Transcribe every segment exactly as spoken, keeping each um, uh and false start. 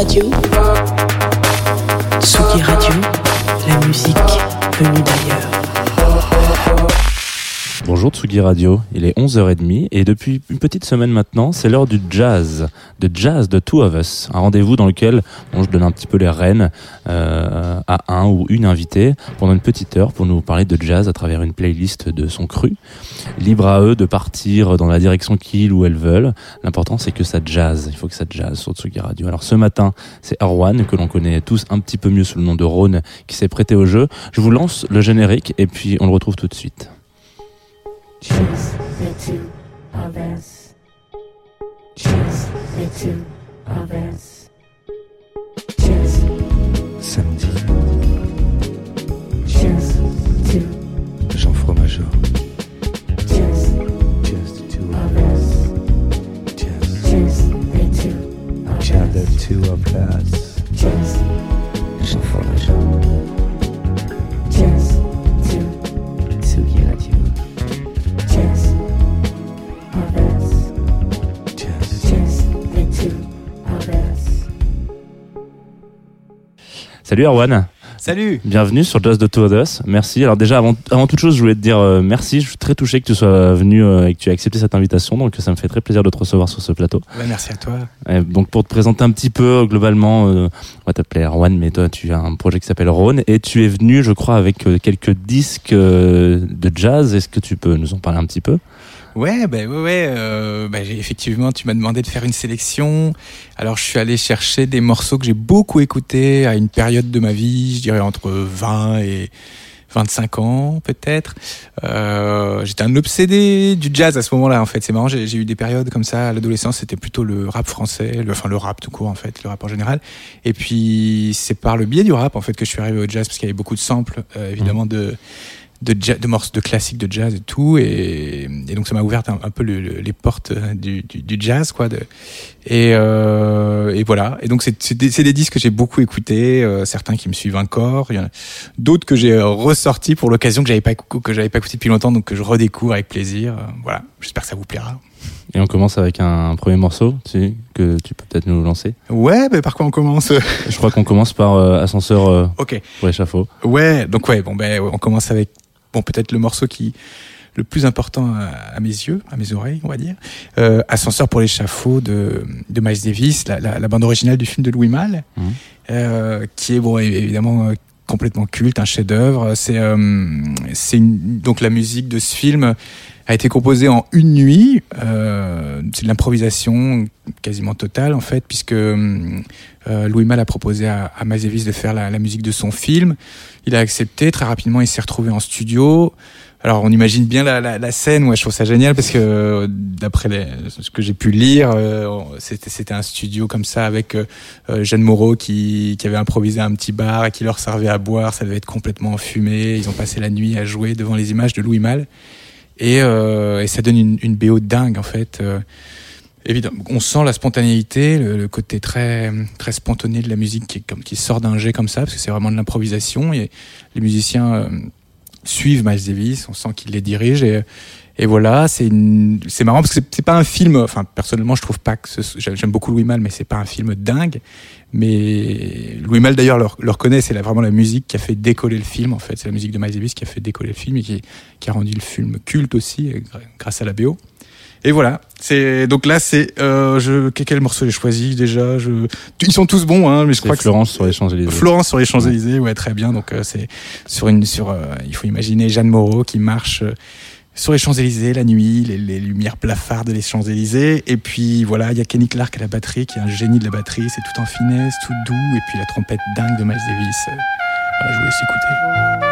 Radio. Tsugi Radio, la musique venue d'ailleurs. Bonjour Tsugi Radio, il est onze heures trente et depuis une petite semaine maintenant, c'est l'heure du jazz, de jazz de Two of Us, un rendez-vous dans lequel bon, je donne un petit peu les rênes euh, à un ou une invitée pendant une petite heure pour nous parler de jazz à travers une playlist de son cru. Libre à eux de partir dans la direction qu'ils ou elles veulent, l'important c'est que ça jazz, il faut que ça jazz sur Tsugi Radio. Alors ce matin, c'est Erwan, que l'on connaît tous un petit peu mieux sous le nom de Rhône, qui s'est prêté au jeu. Je vous lance le générique et puis on le retrouve tout de suite. Choose the two of us. Choose the two of us. Choose. Samedi. Choose two. Jean Fromageau. Choose. Just the two of of us. Just. Choose the two of us. Just the two of us. Choose. Jean Fromageau. Choose two. Tsugi Radio. Choose of us. Just. Choose the two of us. Salut Erwan. Salut. Bienvenue sur Just the Two of Us. Merci. Alors déjà, avant, avant toute chose, je voulais te dire euh, merci. Je suis très touché que tu sois venu euh, et que tu aies accepté cette invitation. Donc ça me fait très plaisir de te recevoir sur ce plateau. Bah, merci à toi. Et donc pour te présenter un petit peu, globalement, euh, on va t'appeler Erwan, mais toi tu as un projet qui s'appelle Rhône et tu es venu, je crois, avec euh, quelques disques euh, de jazz. Est-ce que tu peux nous en parler un petit peu ? Ouais, bah, ouais, ouais. Euh, bah, j'ai, effectivement, tu m'as demandé de faire une sélection. Alors, je suis allé chercher des morceaux que j'ai beaucoup écoutés à une période de ma vie, je dirais entre vingt et vingt-cinq ans, peut-être. Euh, j'étais un obsédé du jazz à ce moment-là, en fait. C'est marrant, j'ai, j'ai eu des périodes comme ça. À l'adolescence, c'était plutôt le rap français, le, enfin le rap tout court, en fait, le rap en général. Et puis, c'est par le biais du rap, en fait, que je suis arrivé au jazz, parce qu'il y avait beaucoup de samples, euh, évidemment, de de, jazz, de morceaux de classiques de jazz et tout, et, et donc ça m'a ouvert un, un peu le, le, les portes du, du, du jazz, quoi. De, et, euh, et voilà. Et donc c'est, c'est, des, c'est des disques que j'ai beaucoup écoutés, euh, certains qui me suivent encore, il y en a d'autres que j'ai ressortis pour l'occasion que j'avais pas que j'avais pas écouté depuis longtemps, donc que je redécouvre avec plaisir. Euh, voilà. J'espère que ça vous plaira. Et on commence avec un premier morceau, tu sais, que tu peux peut-être nous lancer. Ouais, bah par quoi on commence ? Je crois qu'on commence par euh, Ascenseur euh, Ok. pour l'échafaud. Ouais, donc ouais, bon ben on commence avec bon peut-être le morceau qui le plus important à, à mes yeux, à mes oreilles, on va dire. Euh, Ascenseur pour l'échafaud de de Miles Davis, la, la, la bande originale du film de Louis Malle, mmh. euh, qui est bon évidemment euh, complètement culte, un chef-d'œuvre. C'est euh, c'est une, donc la musique de ce film a été composée en une nuit. Euh, c'est de l'improvisation quasiment totale en fait, puisque euh, Louis Malle a proposé à, à Miles Davis de faire la, la musique de son film. Il a accepté. Très rapidement, il s'est retrouvé en studio. Alors, on imagine bien la, la, la scène. Moi, je trouve ça génial parce que d'après les, ce que j'ai pu lire, euh, c'était, c'était un studio comme ça avec euh, Jeanne Moreau qui, qui avait improvisé un petit bar et qui leur servait à boire. Ça devait être complètement enfumé. Ils ont passé la nuit à jouer devant les images de Louis Malle. Et, euh, et ça donne une, une B O dingue en fait. Euh, évidemment, on sent la spontanéité, le, le côté très très spontané de la musique qui, comme, qui sort d'un jet comme ça, parce que c'est vraiment de l'improvisation. Et les musiciens euh, suivent Miles Davis, on sent qu'il les dirige. Et, et voilà, c'est une, c'est marrant parce que c'est, c'est pas un film. Enfin, personnellement, je trouve pas que ce, j'aime beaucoup Louis Malle, mais c'est pas un film dingue. Mais Louis Malle d'ailleurs le, le reconnaît, c'est la, vraiment la musique qui a fait décoller le film en fait, c'est la musique de Miles Davis qui a fait décoller le film et qui, qui a rendu le film culte aussi grâce à la B O. Et voilà, c'est donc là c'est euh, je quel morceau j'ai choisi déjà, je ils sont tous bons hein, mais je c'est crois Florence que sur les Champs-Élysées. Florence sur les Champs-Élysées, ouais, très bien. Donc euh, c'est sur une sur euh, il faut imaginer Jeanne Moreau qui marche euh, sur les Champs-Élysées la nuit, les, les lumières blafardes des Champs-Élysées, et puis voilà, il y a Kenny Clark à la batterie qui est un génie de la batterie, c'est tout en finesse, tout doux, et puis la trompette dingue de Miles Davis. Euh, voilà, je vous laisse écouter.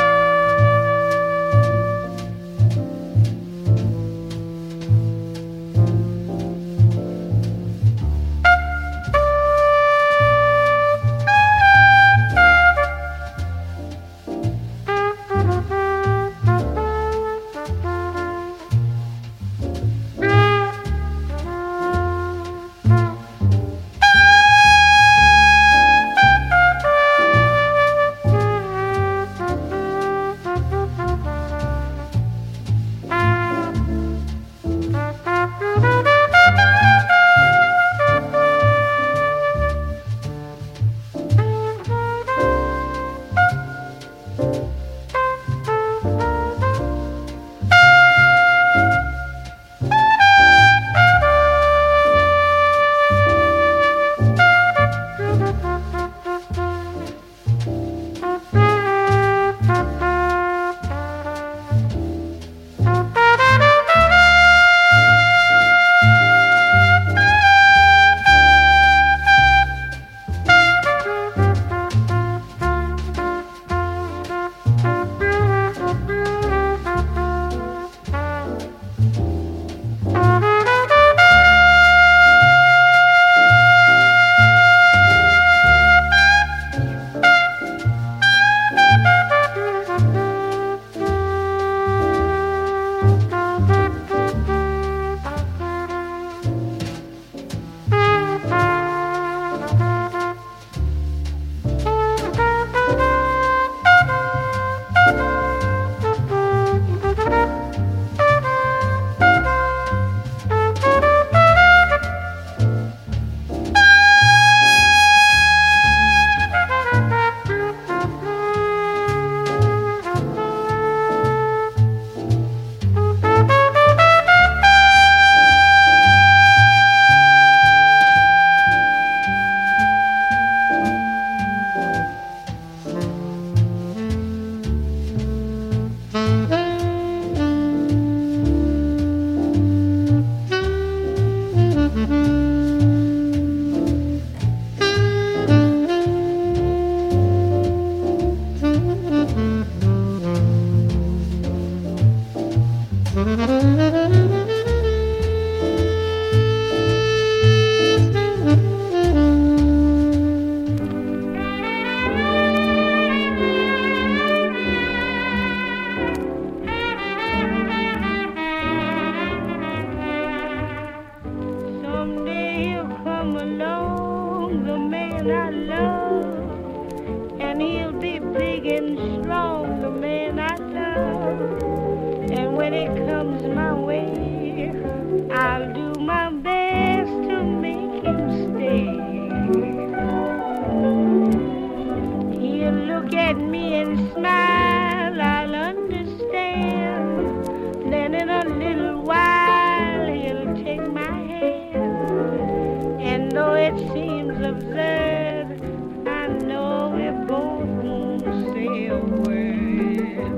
love, and he'll be big and strong, the man I love. And when it comes my way, I'll do my best to make him stay. He'll look at me and smile, I'll understand. Then in a little while he'll take my hand. And though it seems absurd, I know we both won't say a word.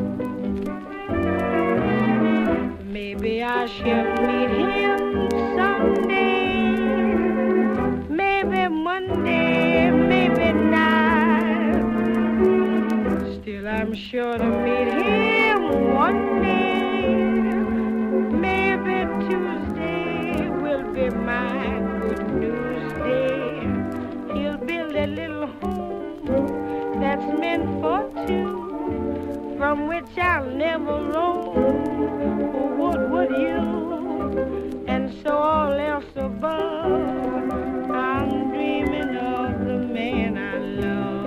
Maybe I shall meet him someday, maybe Monday, maybe not. Still I'm sure to meet him one day. Maybe Tuesday will be my good news day. He'll build a little home that's meant for two, from which I'll never roam. Oh, what would you? And so all else above, I'm dreaming of the man I love.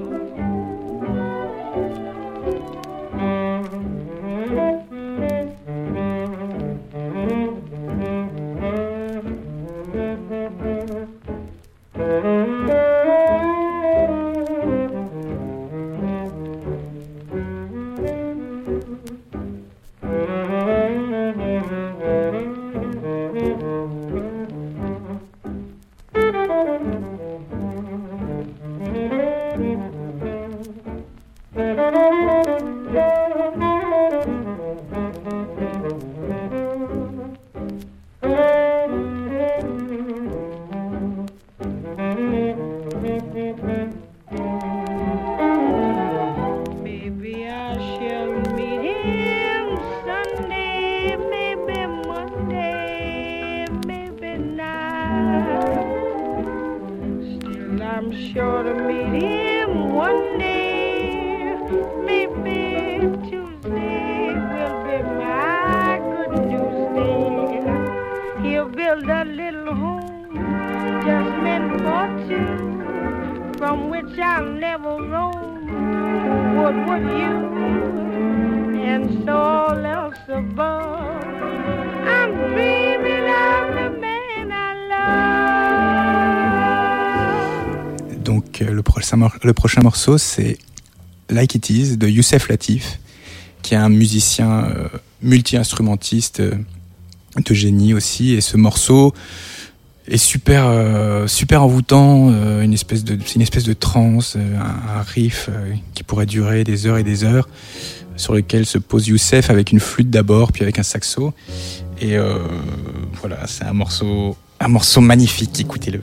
Maybe I shall meet him Sunday, maybe Monday, maybe not. Still I'm sure to meet him one day. Maybe Tuesday will be my good news day. He'll build a little home just meant for two, from which I'll never roam. What would you? And so all else above, I'm dreaming of the man I love. Donc euh, le, prochain mor- le prochain morceau, c'est Like It Is de Youssef Latif, qui est un musicien euh, multi-instrumentiste euh, de génie aussi. Et ce morceau est super, euh, super envoûtant, euh, une espèce de, c'est une espèce de trance, euh, un, un riff euh, qui pourrait durer des heures et des heures, sur lequel se pose Youssef avec une flûte d'abord, puis avec un saxo. Et euh, voilà, c'est un morceau, un morceau magnifique. Écoutez-le.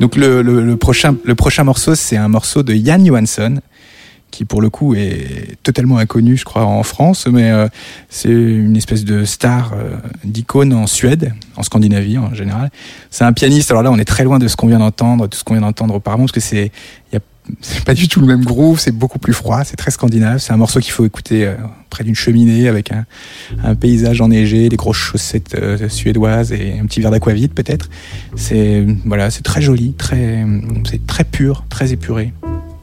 Donc le, le, le, prochain, le prochain morceau, c'est un morceau de Jan Johansson, qui pour le coup est totalement inconnu, je crois, en France, mais euh, c'est une espèce de star, euh, d'icône en Suède, en Scandinavie en général. C'est un pianiste, alors là on est très loin de ce qu'on vient d'entendre, de ce qu'on vient d'entendre auparavant, parce que c'est, y a, c'est pas du tout le même groove, c'est beaucoup plus froid, c'est très scandinave, c'est un morceau qu'il faut écouter euh, près d'une cheminée, avec un, un paysage enneigé, des grosses chaussettes euh, suédoises et un petit verre d'aquavit peut-être. C'est, voilà, c'est très joli, très, c'est très pur, très épuré.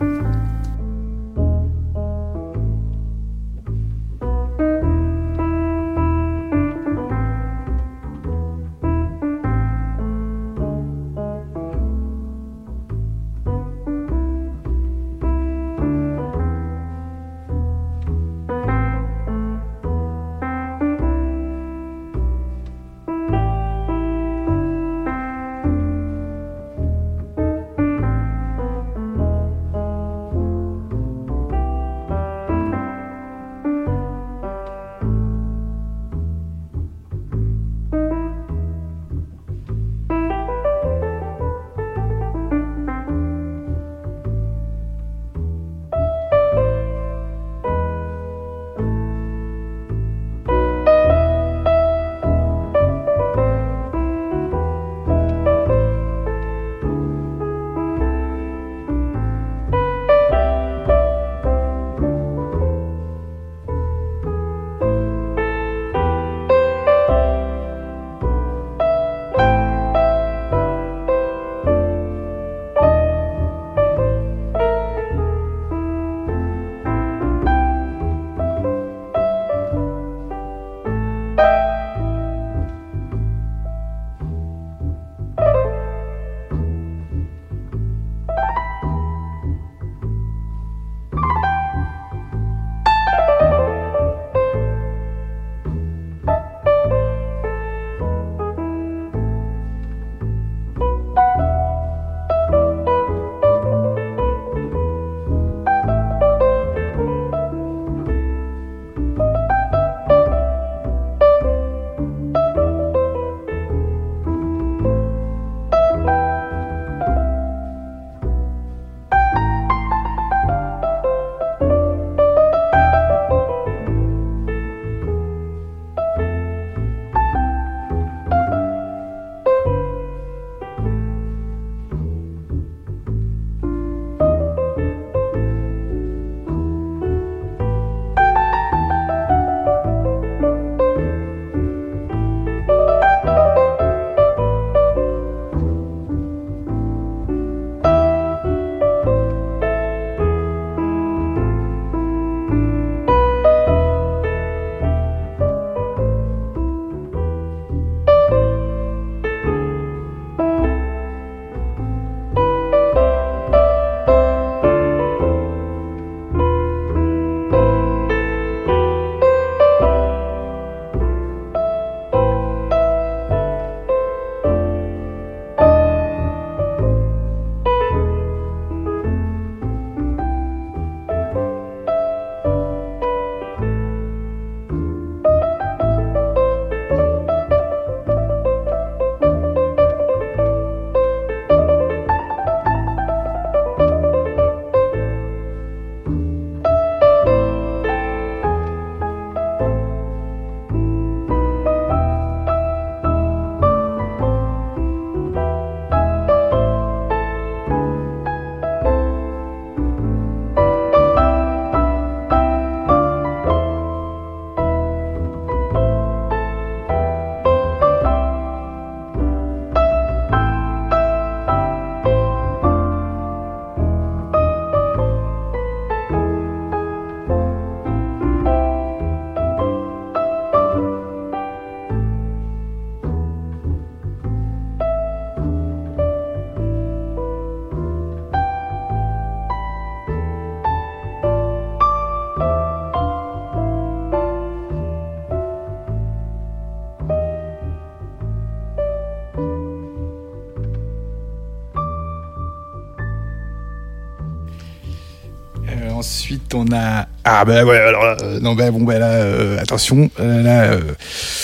Ensuite, on a... Ah ben ouais, alors là, euh, non ben bon ben là, euh, attention, euh, là, euh,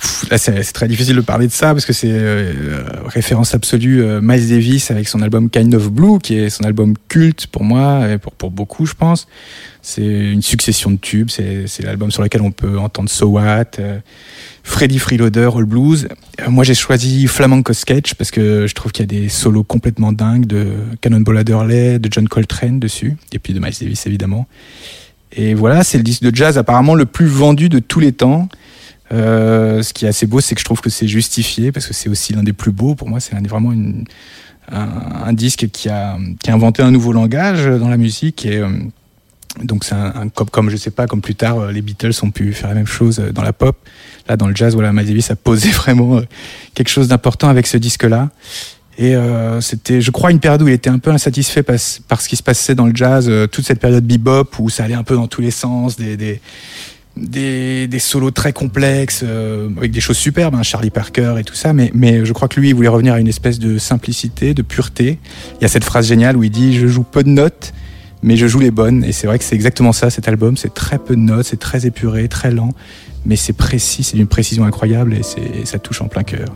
pff, là, c'est, c'est très difficile de parler de ça parce que c'est euh, référence absolue euh, Miles Davis avec son album Kind of Blue, qui est son album culte pour moi et pour, pour beaucoup, je pense. C'est une succession de tubes. C'est, c'est l'album sur lequel on peut entendre So What, euh, Freddy Freeloader, All Blues. Euh, moi, j'ai choisi Flamenco Sketch parce que je trouve qu'il y a des solos complètement dingues de Cannonball Adderley, de John Coltrane dessus, et puis de Miles Davis évidemment. Et voilà, c'est le disque de jazz apparemment le plus vendu de tous les temps. Euh, ce qui est assez beau, c'est que je trouve que c'est justifié parce que c'est aussi l'un des plus beaux. Pour moi, c'est un, vraiment une, un, un disque qui a, qui a inventé un nouveau langage dans la musique. Et euh, donc, c'est un, un comme, comme je sais pas, comme plus tard les Beatles ont pu faire la même chose dans la pop. Là, dans le jazz, voilà, Miles Davis a posé vraiment quelque chose d'important avec ce disque-là. Et euh, c'était, je crois, une période où il était un peu insatisfait par, par ce qui se passait dans le jazz, euh, toute cette période bebop où ça allait un peu dans tous les sens, des des des, des solos très complexes euh, avec des choses superbes, hein, Charlie Parker et tout ça. Mais mais je crois que lui, il voulait revenir à une espèce de simplicité, de pureté. Il y a cette phrase géniale où il dit :« Je joue peu de notes, mais je joue les bonnes. » Et c'est vrai que c'est exactement ça, cet album. C'est très peu de notes, c'est très épuré, très lent, mais c'est précis, c'est d'une précision incroyable et c'est, ça touche en plein cœur.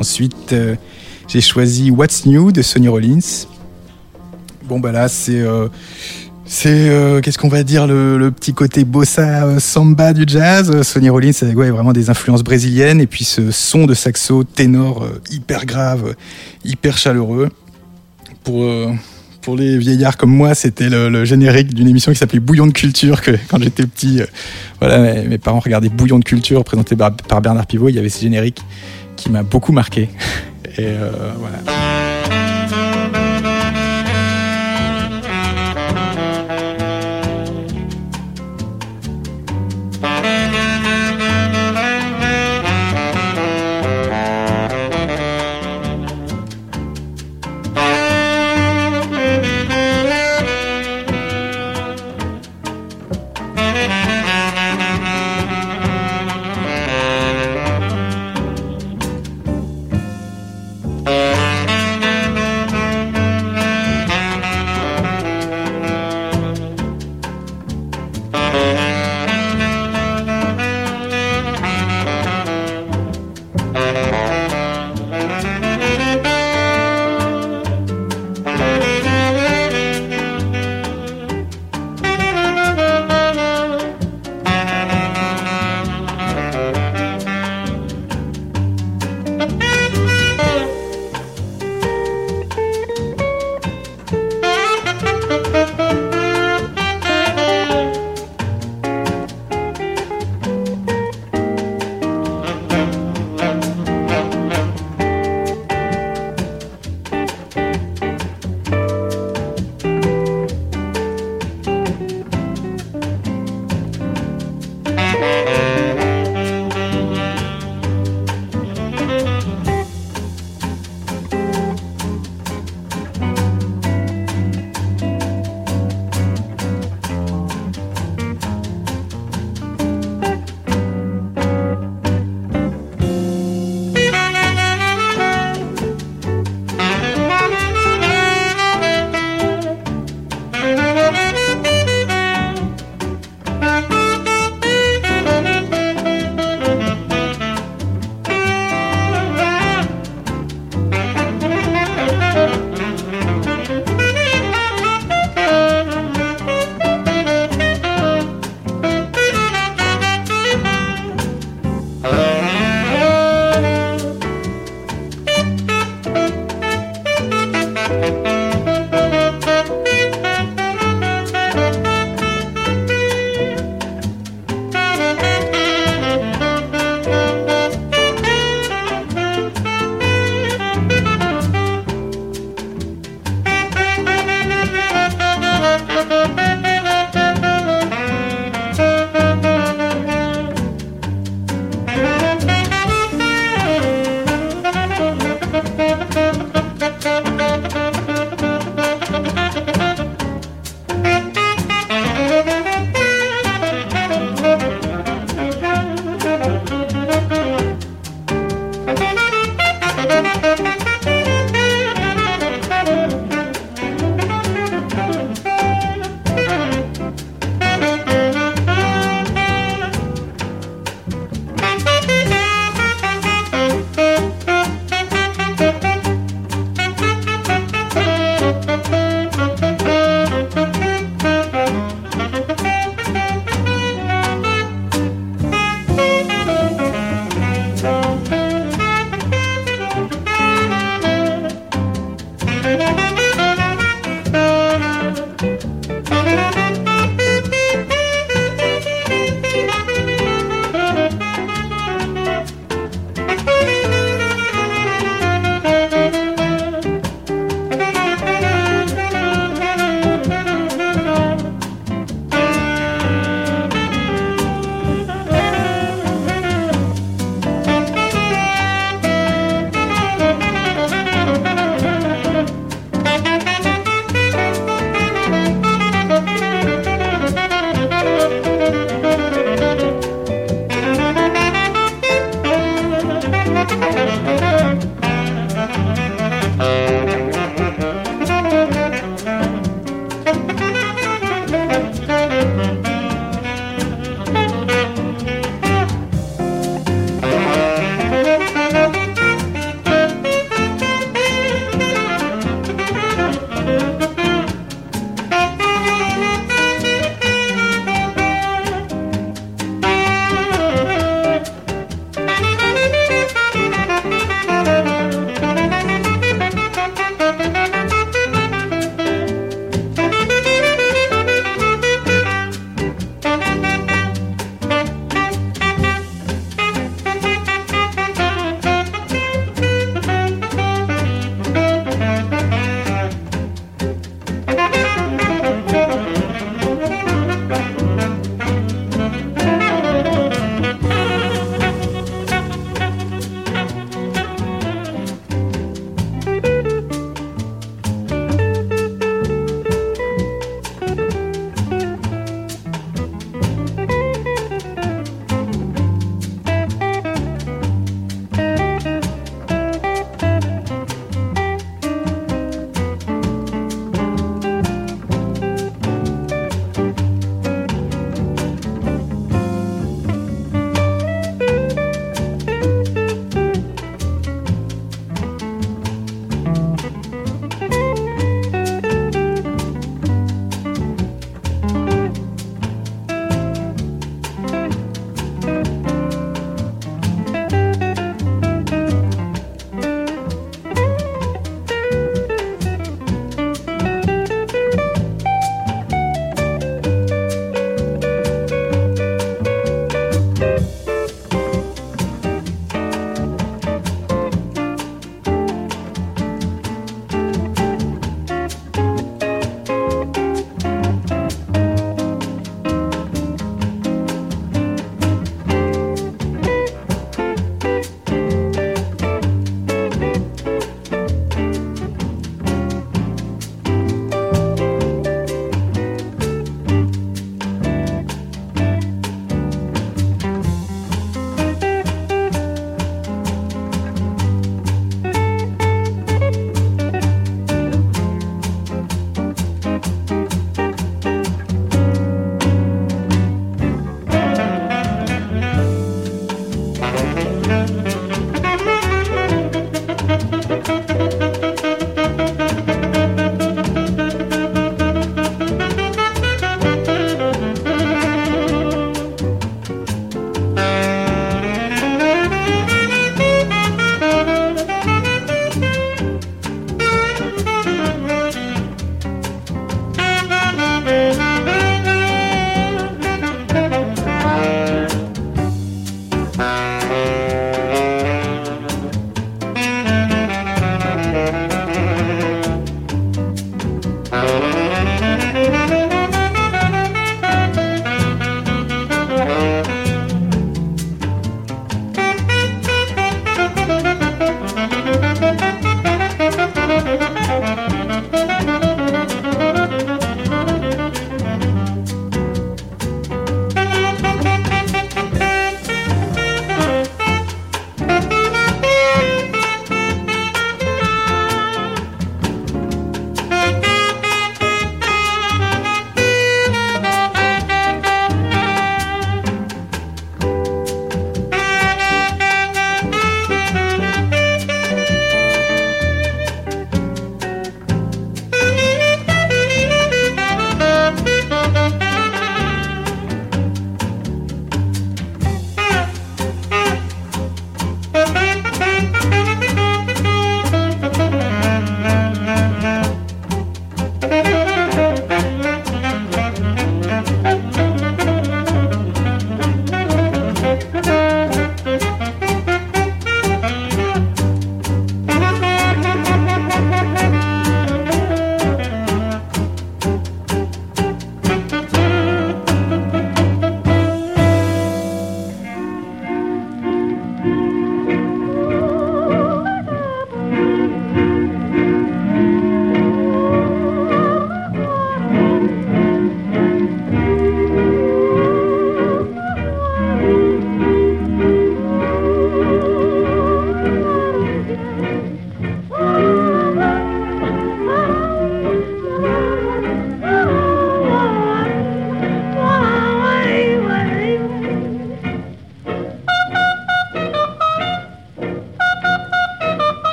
Ensuite, euh, j'ai choisi What's New de Sonny Rollins. Bon, bah là, c'est... Euh, c'est, euh, qu'est-ce qu'on va dire, le, le petit côté bossa euh, samba du jazz. Sonny Rollins, c'est ouais, vraiment des influences brésiliennes. Et puis ce son de saxo ténor euh, hyper grave, euh, hyper chaleureux. Pour, euh, pour les vieillards comme moi, c'était le, le générique d'une émission qui s'appelait Bouillon de culture. Que quand j'étais petit, euh, voilà, mes, mes parents regardaient Bouillon de culture, présenté par, par Bernard Pivot. Il y avait ce générique qui m'a beaucoup marqué. Et euh, voilà. Thank you.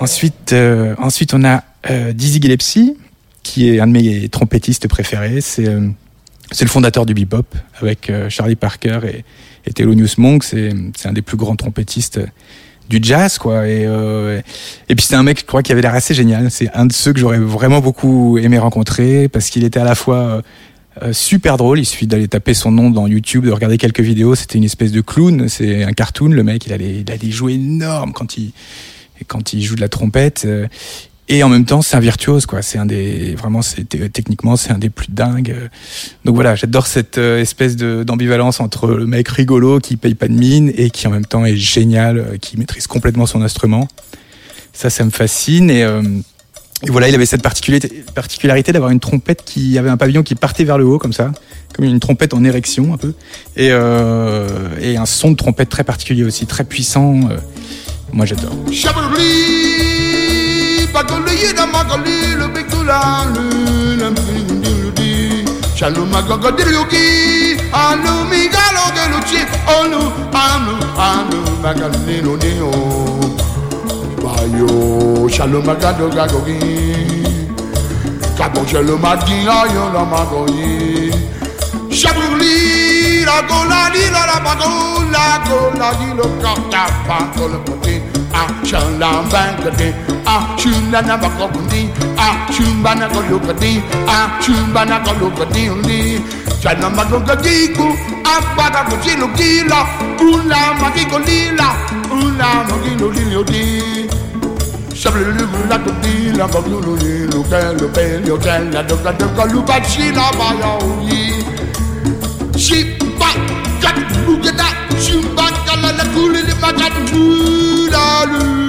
Ensuite, euh, ensuite on a euh, Dizzy Gillespie, qui est un de mes trompettistes préférés. C'est, euh, c'est le fondateur du bebop, avec euh, Charlie Parker et, et Thelonious Monk. C'est, c'est un des plus grands trompettistes du jazz, quoi. Et, euh, et puis c'est un mec, je crois, qui avait l'air assez génial. C'est un de ceux que j'aurais vraiment beaucoup aimé rencontrer, parce qu'il était à la fois euh, euh, super drôle. Il suffit d'aller taper son nom dans YouTube, de regarder quelques vidéos. C'était une espèce de clown, c'est un cartoon. Le mec, il a des, il a des jouets énormes quand il, quand il joue de la trompette. Euh, Et en même temps, c'est un virtuose, quoi. C'est un des, vraiment, c'est, techniquement, c'est un des plus dingues. Donc voilà, j'adore cette euh, espèce de, d'ambivalence entre le mec rigolo qui paye pas de mine et qui en même temps est génial, euh, qui maîtrise complètement son instrument. Ça, ça me fascine. Et, euh, et voilà, il avait cette particularité, particularité d'avoir une trompette qui avait un pavillon qui partait vers le haut, comme ça, comme une trompette en érection, un peu. Et, euh, et un son de trompette très particulier aussi, très puissant. Euh, moi, j'adore. Bagoli da magali le bigula le mbindi shalom magaga diruki anu migalo de luci anu anu anu magali no neo bayo shalom magado gagogi kabo shalom magi ayo la magoyi shabuli la gola li la la magola gola di lo kata pa le poti ah chala bangade ah chunana bakondi ah chumbana golokadi ah chumbana golokadi undi chana magogadi ku abaga kujilo gila una magigo lila una magigo liliodi shablu la godila bagulu lilu kelo belio tella doga doga lubachi la bayoyi shiba kat bugada shimba kala la kulili magatu la lu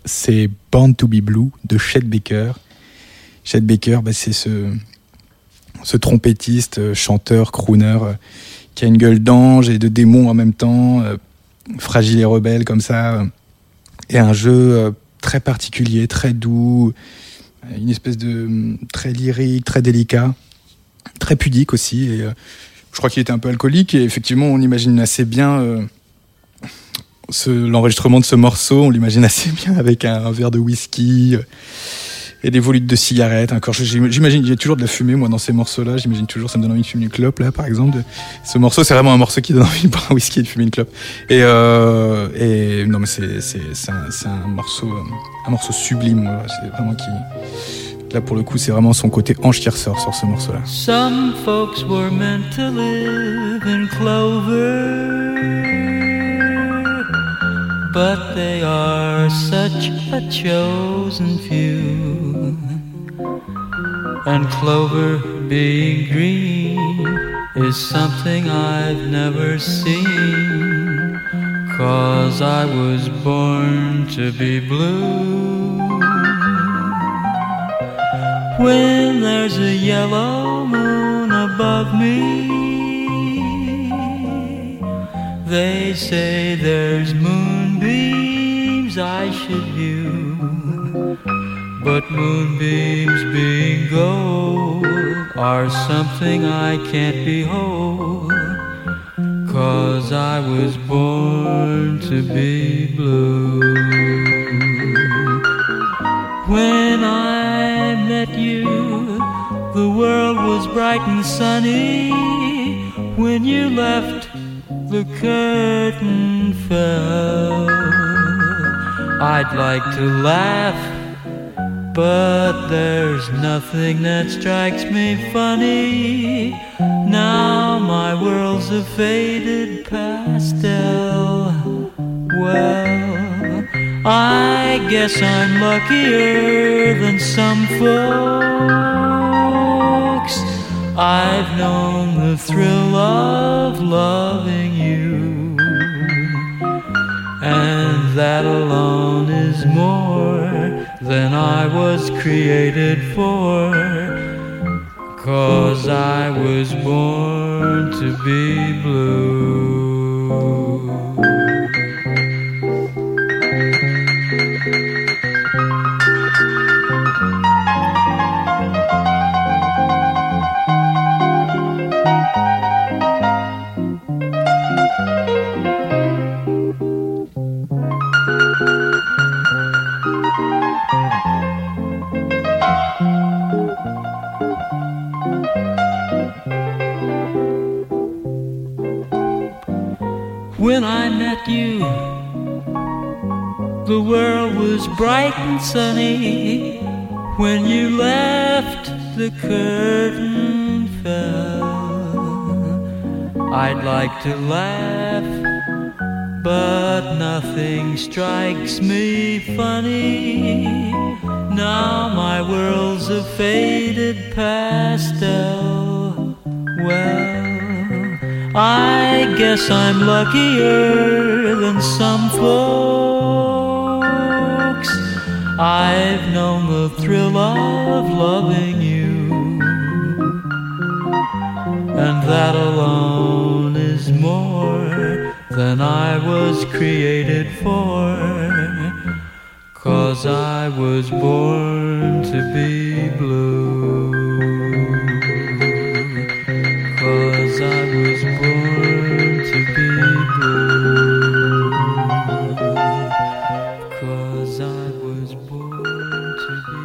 c'est Born to be Blue de Chet Baker. Chet Baker, bah, c'est ce, ce trompettiste, euh, chanteur, crooner, euh, qui a une gueule d'ange et de démon en même temps, euh, fragile et rebelle comme ça, euh, et un jeu euh, très particulier, très doux, une espèce de euh, très lyrique, très délicat, très pudique aussi. Et, euh, je crois qu'il était un peu alcoolique et effectivement, on imagine assez bien euh, ce, l'enregistrement de ce morceau, on l'imagine assez bien avec un, un verre de whisky euh, et des volutes de cigarettes. Encore, j'imagine, il y a toujours de la fumée, moi, dans ces morceaux-là. J'imagine toujours, ça me donne envie de fumer une clope, là, par exemple. De, ce morceau, c'est vraiment un morceau qui donne envie de boire un whisky et de fumer une clope. Et, euh, et non, mais c'est, c'est, c'est, un, c'est un morceau, un morceau sublime. Voilà. C'est vraiment qui, là, pour le coup, c'est vraiment son côté ange qui ressort sur ce morceau-là. Some folks were meant to live in clover, but they are such a chosen few. And clover being green is something I've never seen, 'cause I was born to be blue. When there's a yellow moon above me, they say there's moonbeams I should view. But moonbeams being gold are something I can't behold, 'cause I was born to be blue. When I met you, the world was bright and sunny. When you left, the curtain fell. I'd like to laugh, but there's nothing that strikes me funny. Now my world's a faded pastel. Well, I guess I'm luckier than some folks. I've known the thrill of loving you, and that alone is more than I was created for, 'cause I was born to be blue. When I met you, the world was bright and sunny. When you left, the curtain fell. I'd like to laugh, but nothing strikes me funny. Now my world's a faded pastel. Well, I guess I'm luckier than some folks. I've known the thrill of loving you, and that alone is more than I was created for, 'cause I was born to be blue. 'Cause I was born to be blue. 'Cause I was born to be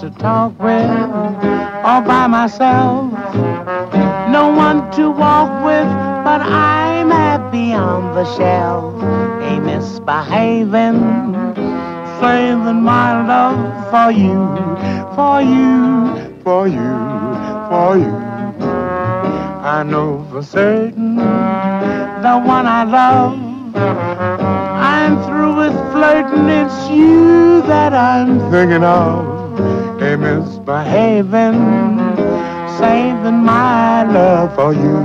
to talk with, all by myself. No one to walk with, but I'm happy on the shelf. Ain't misbehaving, saving my love for you, for you, for you, for you. I know for certain the one I love. I'm through with flirting, it's you that I'm thinking of. Ain't misbehaving, saving my love for you.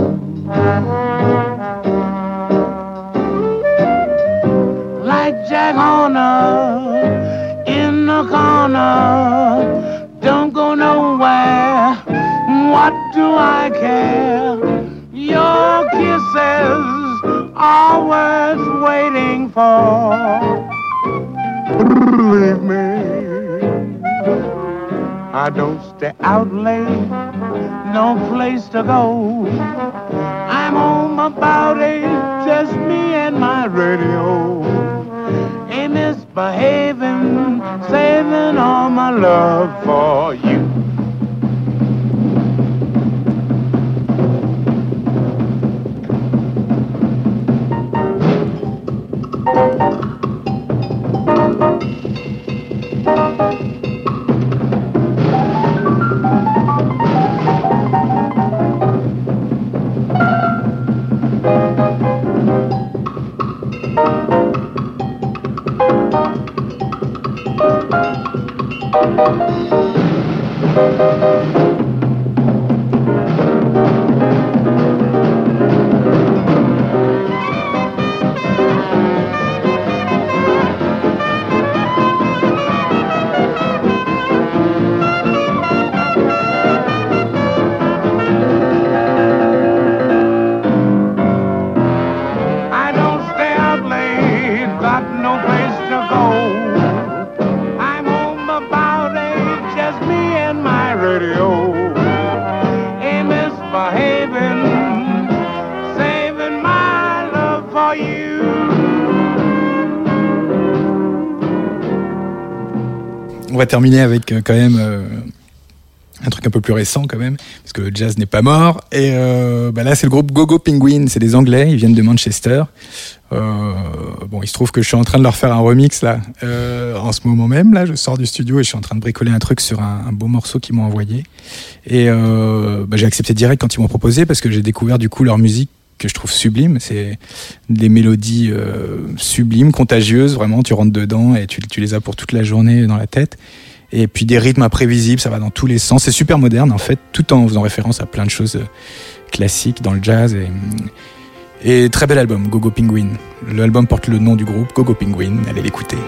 Like Jack Horner in the corner, don't go nowhere, what do I care? Your kisses are worth waiting for. Believe me, I don't stay out late, no place to go. I'm home about eight, just me and my radio. Ain't misbehaving, saving all my love for you. On va terminer avec euh, quand même euh, un truc un peu plus récent quand même, parce que le jazz n'est pas mort. Et euh, bah là, c'est le groupe Go-Go Penguin, c'est des Anglais, ils viennent de Manchester. Euh, bon, il se trouve que je suis en train de leur faire un remix là, euh, en ce moment même. Là, je sors du studio et je suis en train de bricoler un truc sur un, un beau morceau qu'ils m'ont envoyé. Et euh, bah, j'ai accepté direct quand ils m'ont proposé, parce que j'ai découvert du coup leur musique que je trouve sublime. C'est des mélodies euh, sublimes, contagieuses, vraiment, tu rentres dedans et tu, tu les as pour toute la journée dans la tête. Et puis des rythmes imprévisibles, ça va dans tous les sens. C'est super moderne en fait, tout en faisant référence à plein de choses classiques dans le jazz. Et, et très bel album, Go-Go Penguin. L'album porte le nom du groupe, Go-Go Penguin, allez l'écouter.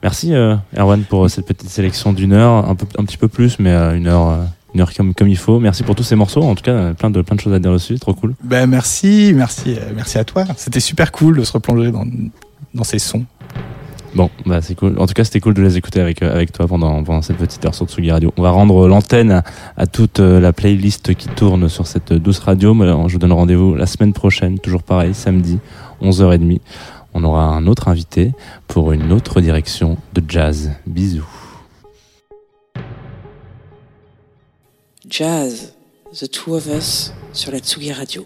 Merci euh, Erwan pour cette petite sélection d'une heure, un peu, un petit peu plus, mais euh, une heure, euh, une heure comme, comme il faut. Merci pour tous ces morceaux. En tout cas, plein de, plein de choses à dire dessus. Trop cool. Ben merci, merci, euh, merci à toi. C'était super cool de se replonger dans, dans ces sons. Bon, bah c'est cool. En tout cas, c'était cool de les écouter avec euh, avec toi pendant pendant cette petite heure sur Tsugi Radio. On va rendre l'antenne à, à toute euh, la playlist qui tourne sur cette douce radio. Mais alors, je vous donne rendez-vous la semaine prochaine, toujours pareil, samedi, onze heures trente. On aura un autre invité pour une autre direction de jazz. Bisous. Jazz, The Two of Us sur la Tsugi Radio.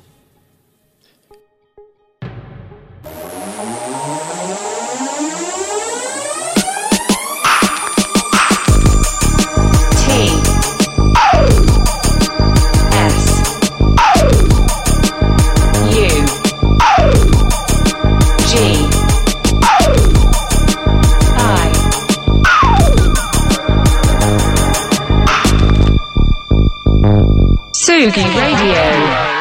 Tsugi Radio.